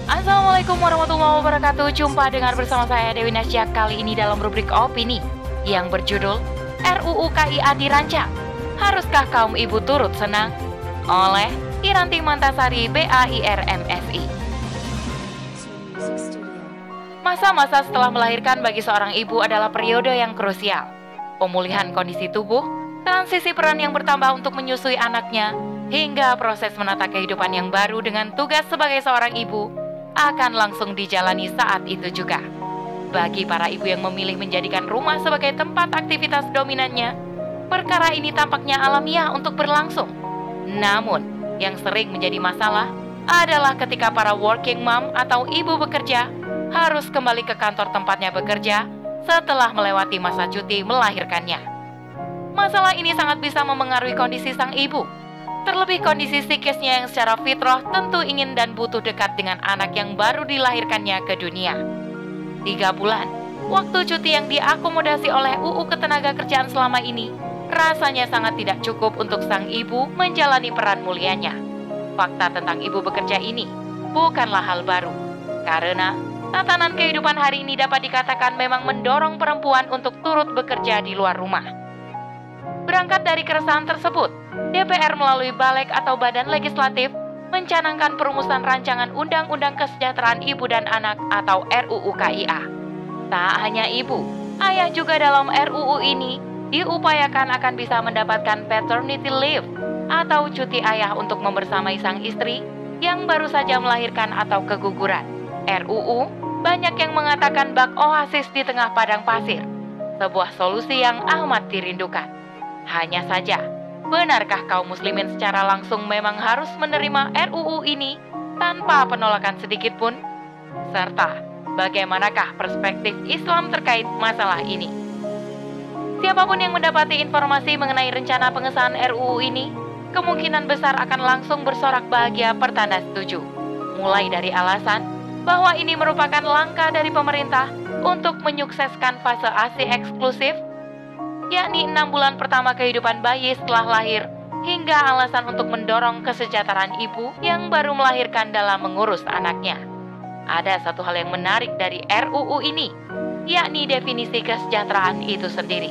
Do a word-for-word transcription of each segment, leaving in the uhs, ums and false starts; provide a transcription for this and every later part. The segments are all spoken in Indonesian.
Assalamualaikum warahmatullahi wabarakatuh. Jumpa dengan bersama saya Dewi Nasya kali ini dalam rubrik opini yang berjudul R U U K I A dirancang. Haruskah kaum ibu turut senang? Oleh Iranti Mantasari B A I R M S I. Masa-masa setelah melahirkan bagi seorang ibu adalah periode yang krusial. Pemulihan kondisi tubuh, transisi peran yang bertambah untuk menyusui anaknya, hingga proses menata kehidupan yang baru dengan tugas sebagai seorang ibu akan langsung dijalani saat itu juga. Bagi para ibu yang memilih menjadikan rumah sebagai tempat aktivitas dominannya, perkara ini tampaknya alamiah untuk berlangsung. Namun, yang sering menjadi masalah adalah ketika para working mom atau ibu bekerja harus kembali ke kantor tempatnya bekerja setelah melewati masa cuti melahirkannya. Masalah ini sangat bisa memengaruhi kondisi sang ibu, terlebih kondisi psikisnya yang secara fitrah tentu ingin dan butuh dekat dengan anak yang baru dilahirkannya ke dunia. Tiga bulan, waktu cuti yang diakomodasi oleh U U Ketenagakerjaan selama ini rasanya sangat tidak cukup untuk sang ibu menjalani peran mulianya. Fakta tentang ibu bekerja ini bukanlah hal baru, karena tatanan kehidupan hari ini dapat dikatakan memang mendorong perempuan untuk turut bekerja di luar rumah. Berangkat dari keresahan tersebut, D P R melalui Balik atau Badan Legislatif mencanangkan perumusan rancangan Undang-Undang Kesejahteraan Ibu dan Anak atau R U U K I A. Tak hanya ibu, ayah juga dalam R U U ini diupayakan akan bisa mendapatkan paternity leave atau cuti ayah untuk membersamai sang istri yang baru saja melahirkan atau keguguran. R U U banyak yang mengatakan bak oasis di tengah padang pasir, sebuah solusi yang amat dirindukan. Hanya saja, benarkah kaum muslimin secara langsung memang harus menerima R U U ini tanpa penolakan sedikit pun? Serta, bagaimanakah perspektif Islam terkait masalah ini? Siapapun yang mendapati informasi mengenai rencana pengesahan R U U ini, kemungkinan besar akan langsung bersorak bahagia pertanda setuju. Mulai dari alasan bahwa ini merupakan langkah dari pemerintah untuk menyukseskan fase A S I eksklusif, yakni enam bulan pertama kehidupan bayi setelah lahir, hingga alasan untuk mendorong kesejahteraan ibu yang baru melahirkan dalam mengurus anaknya. Ada satu hal yang menarik dari R U U ini, yakni definisi kesejahteraan itu sendiri.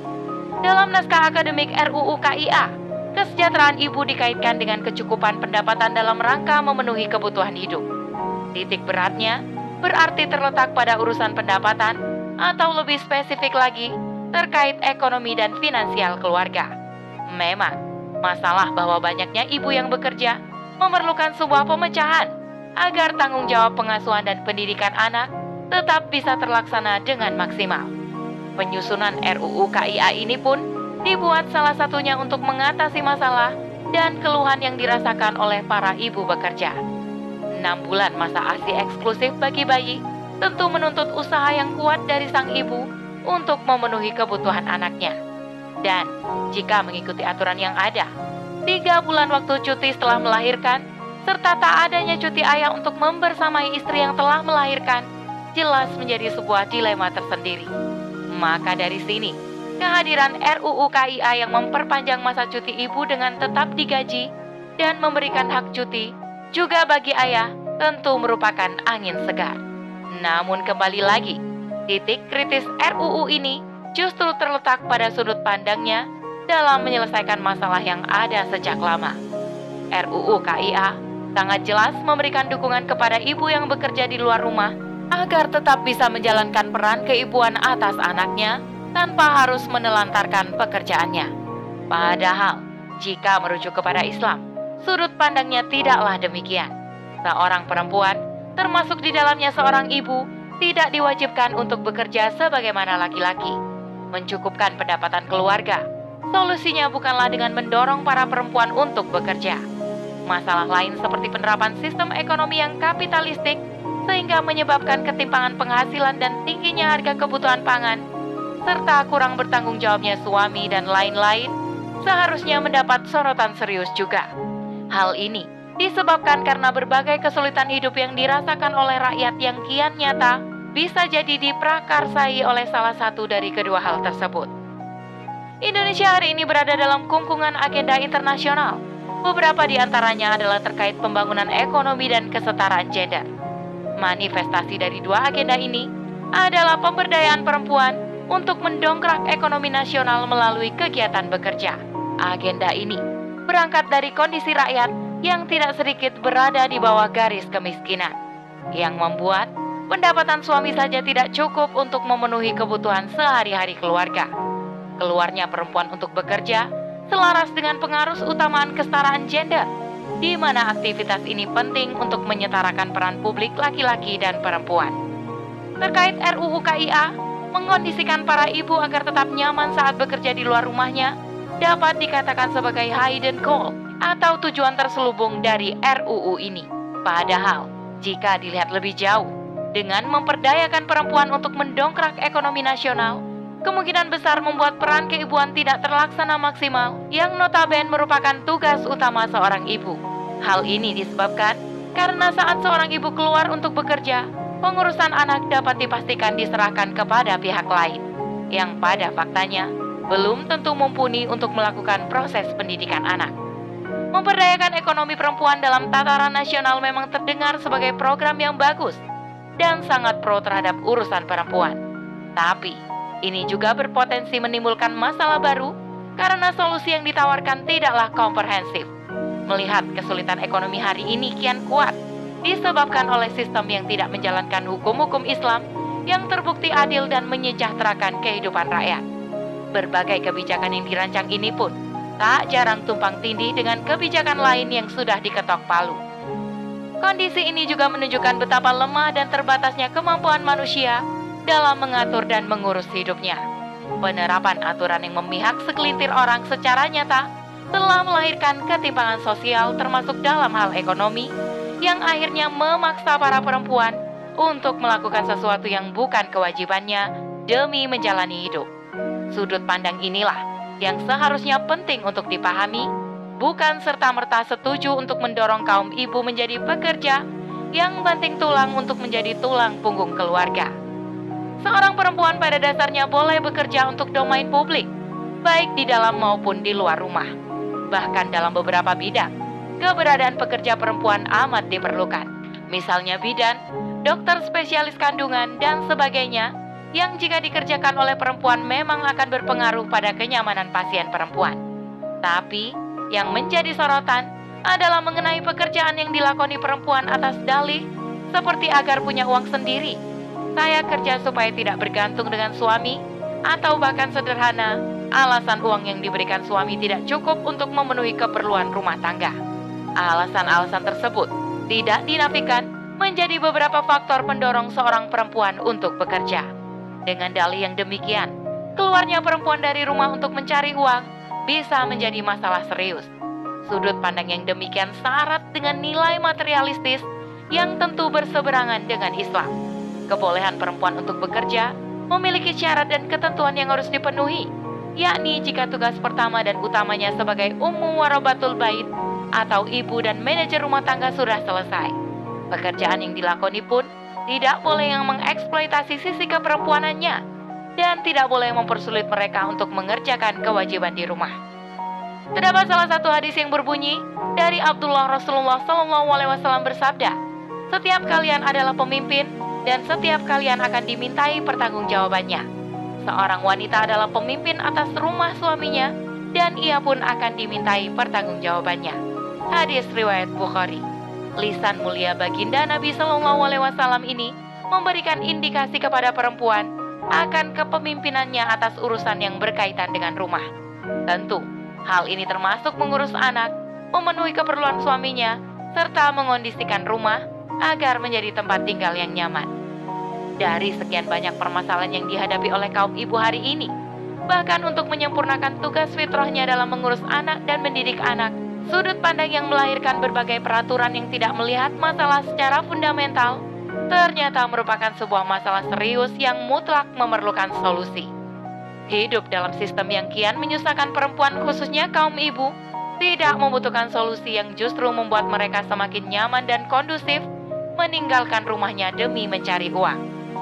Dalam naskah akademik R U U K I A, kesejahteraan ibu dikaitkan dengan kecukupan pendapatan dalam rangka memenuhi kebutuhan hidup. Titik beratnya berarti terletak pada urusan pendapatan, atau lebih spesifik lagi, terkait ekonomi dan finansial keluarga. Memang, masalah bahwa banyaknya ibu yang bekerja memerlukan sebuah pemecahan agar tanggung jawab pengasuhan dan pendidikan anak tetap bisa terlaksana dengan maksimal. Penyusunan R U U K I A ini pun dibuat salah satunya untuk mengatasi masalah dan keluhan yang dirasakan oleh para ibu bekerja. enam bulan masa A S I eksklusif bagi bayi tentu menuntut usaha yang kuat dari sang ibu untuk memenuhi kebutuhan anaknya. Dan jika mengikuti aturan yang ada, tiga bulan waktu cuti setelah melahirkan, serta tak adanya cuti ayah untuk membersamai istri yang telah melahirkan, jelas menjadi sebuah dilema tersendiri. Maka dari sini, kehadiran R U U K I A yang memperpanjang masa cuti ibu dengan tetap digaji dan memberikan hak cuti juga bagi ayah tentu merupakan angin segar. Namun kembali lagi, titik kritis R U U ini justru terletak pada sudut pandangnya dalam menyelesaikan masalah yang ada sejak lama. R U U K I A sangat jelas memberikan dukungan kepada ibu yang bekerja di luar rumah agar tetap bisa menjalankan peran keibuan atas anaknya tanpa harus menelantarkan pekerjaannya. Padahal, jika merujuk kepada Islam, sudut pandangnya tidaklah demikian. Seorang perempuan, termasuk di dalamnya seorang ibu, tidak diwajibkan untuk bekerja sebagaimana laki-laki. Mencukupkan pendapatan keluarga, solusinya bukanlah dengan mendorong para perempuan untuk bekerja. Masalah lain seperti penerapan sistem ekonomi yang kapitalistik, sehingga menyebabkan ketimpangan penghasilan dan tingginya harga kebutuhan pangan, serta kurang bertanggung jawabnya suami dan lain-lain, seharusnya mendapat sorotan serius juga. Hal ini disebabkan karena berbagai kesulitan hidup yang dirasakan oleh rakyat yang kian nyata bisa jadi diprakarsai oleh salah satu dari kedua hal tersebut. Indonesia hari ini berada dalam kungkungan agenda internasional. Beberapa di antaranya adalah terkait pembangunan ekonomi dan kesetaraan gender. Manifestasi dari dua agenda ini adalah pemberdayaan perempuan untuk mendongkrak ekonomi nasional melalui kegiatan bekerja. Agenda ini berangkat dari kondisi rakyat yang tidak sedikit berada di bawah garis kemiskinan, yang membuat pendapatan suami saja tidak cukup untuk memenuhi kebutuhan sehari-hari keluarga. Keluarnya perempuan untuk bekerja selaras dengan pengaruh utamaan kesetaraan gender, di mana aktivitas ini penting untuk menyetarakan peran publik laki-laki dan perempuan. Terkait R U U K I A, mengkondisikan para ibu agar tetap nyaman saat bekerja di luar rumahnya dapat dikatakan sebagai hidden goal atau tujuan terselubung dari R U U ini. Padahal, jika dilihat lebih jauh, dengan memperdayakan perempuan untuk mendongkrak ekonomi nasional, kemungkinan besar membuat peran keibuan tidak terlaksana maksimal, yang notabene merupakan tugas utama seorang ibu. Hal ini disebabkan karena saat seorang ibu keluar untuk bekerja, pengurusan anak dapat dipastikan diserahkan kepada pihak lain, yang pada faktanya belum tentu mumpuni untuk melakukan proses pendidikan anak. Memperdayakan ekonomi perempuan dalam tataran nasional memang terdengar sebagai program yang bagus dan sangat pro terhadap urusan perempuan. Tapi, ini juga berpotensi menimbulkan masalah baru karena solusi yang ditawarkan tidaklah komprehensif. Melihat kesulitan ekonomi hari ini kian kuat, disebabkan oleh sistem yang tidak menjalankan hukum-hukum Islam yang terbukti adil dan menyejahterakan kehidupan rakyat. Berbagai kebijakan yang dirancang ini pun tak jarang tumpang tindih dengan kebijakan lain yang sudah diketok palu. Kondisi ini juga menunjukkan betapa lemah dan terbatasnya kemampuan manusia dalam mengatur dan mengurus hidupnya. Penerapan aturan yang memihak segelintir orang secara nyata telah melahirkan ketimpangan sosial termasuk dalam hal ekonomi, yang akhirnya memaksa para perempuan untuk melakukan sesuatu yang bukan kewajibannya demi menjalani hidup. Sudut pandang inilah yang seharusnya penting untuk dipahami, bukan serta-merta setuju untuk mendorong kaum ibu menjadi pekerja yang banting tulang untuk menjadi tulang punggung keluarga. Seorang perempuan pada dasarnya boleh bekerja untuk domain publik, baik di dalam maupun di luar rumah. Bahkan dalam beberapa bidang, keberadaan pekerja perempuan amat diperlukan. Misalnya bidan, dokter spesialis kandungan, dan sebagainya, yang jika dikerjakan oleh perempuan memang akan berpengaruh pada kenyamanan pasien perempuan. Tapi, yang menjadi sorotan adalah mengenai pekerjaan yang dilakoni perempuan atas dalih, seperti agar punya uang sendiri. Saya kerja supaya tidak bergantung dengan suami, atau bahkan sederhana, alasan uang yang diberikan suami tidak cukup untuk memenuhi keperluan rumah tangga. Alasan-alasan tersebut tidak dinafikan menjadi beberapa faktor pendorong seorang perempuan untuk bekerja. Dengan dalih yang demikian, keluarnya perempuan dari rumah untuk mencari uang bisa menjadi masalah serius. Sudut pandang yang demikian syarat dengan nilai materialistis yang tentu berseberangan dengan Islam. Kebolehan perempuan untuk bekerja memiliki syarat dan ketentuan yang harus dipenuhi, yakni jika tugas pertama dan utamanya sebagai ummu warabatul bait atau ibu dan manajer rumah tangga sudah selesai. Pekerjaan yang dilakoni pun tidak boleh yang mengeksploitasi sisi keperempuanannya dan tidak boleh mempersulit mereka untuk mengerjakan kewajiban di rumah. Terdapat salah satu hadis yang berbunyi dari Abdullah Rasulullah shallallahu alaihi wasallam bersabda, "Setiap kalian adalah pemimpin dan setiap kalian akan dimintai pertanggungjawabannya. Seorang wanita adalah pemimpin atas rumah suaminya dan ia pun akan dimintai pertanggungjawabannya." Hadis riwayat Bukhari. Lisan mulia baginda Nabi Shallallahu Alaihi Wasallam ini memberikan indikasi kepada perempuan akan kepemimpinannya atas urusan yang berkaitan dengan rumah. Tentu, hal ini termasuk mengurus anak, memenuhi keperluan suaminya, serta mengondisikan rumah agar menjadi tempat tinggal yang nyaman. Dari sekian banyak permasalahan yang dihadapi oleh kaum ibu hari ini, bahkan untuk menyempurnakan tugas fitrahnya dalam mengurus anak dan mendidik anak, sudut pandang yang melahirkan berbagai peraturan yang tidak melihat masalah secara fundamental ternyata merupakan sebuah masalah serius yang mutlak memerlukan solusi. Hidup dalam sistem yang kian menyusahkan perempuan, khususnya kaum ibu, tidak membutuhkan solusi yang justru membuat mereka semakin nyaman dan kondusif meninggalkan rumahnya demi mencari uang.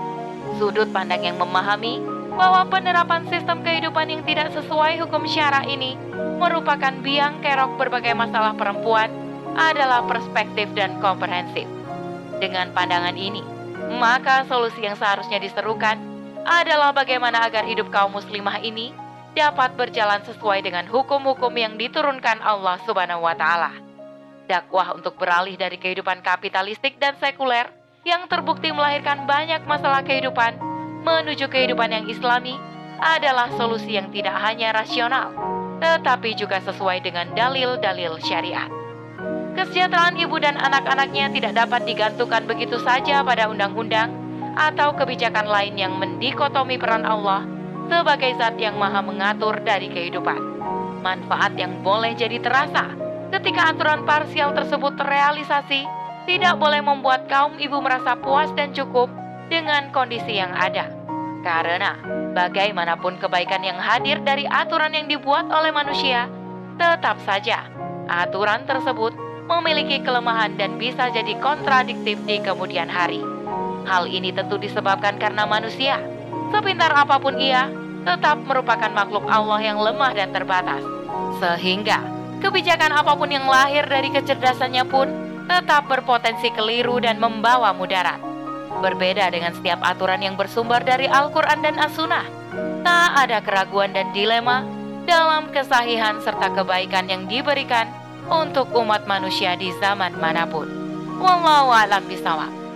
Sudut pandang yang memahami bahwa penerapan sistem kehidupan yang tidak sesuai hukum syara ini merupakan biang kerok berbagai masalah perempuan adalah perspektif dan komprehensif. Dengan pandangan ini, maka solusi yang seharusnya diserukan adalah bagaimana agar hidup kaum muslimah ini dapat berjalan sesuai dengan hukum-hukum yang diturunkan Allah Subhanahu wa Ta'ala. Dakwah untuk beralih dari kehidupan kapitalistik dan sekuler yang terbukti melahirkan banyak masalah kehidupan menuju kehidupan yang Islami adalah solusi yang tidak hanya rasional, tetapi juga sesuai dengan dalil-dalil syariat. Kesejahteraan ibu dan anak-anaknya tidak dapat digantungkan begitu saja pada undang-undang atau kebijakan lain yang mendikotomi peran Allah sebagai zat yang maha mengatur dari kehidupan. Manfaat yang boleh jadi terasa ketika aturan parsial tersebut terrealisasi tidak boleh membuat kaum ibu merasa puas dan cukup dengan kondisi yang ada. Karena bagaimanapun kebaikan yang hadir dari aturan yang dibuat oleh manusia, tetap saja aturan tersebut memiliki kelemahan dan bisa jadi kontradiktif di kemudian hari. Hal ini tentu disebabkan karena manusia, sepintar apapun ia, tetap merupakan makhluk Allah yang lemah dan terbatas. Sehingga kebijakan apapun yang lahir dari kecerdasannya pun tetap berpotensi keliru dan membawa mudarat. Berbeda dengan setiap aturan yang bersumber dari Al-Quran dan As-Sunnah, tak ada keraguan dan dilema dalam kesahihan serta kebaikan yang diberikan untuk umat manusia di zaman manapun. Wallahu a'lam bishawab.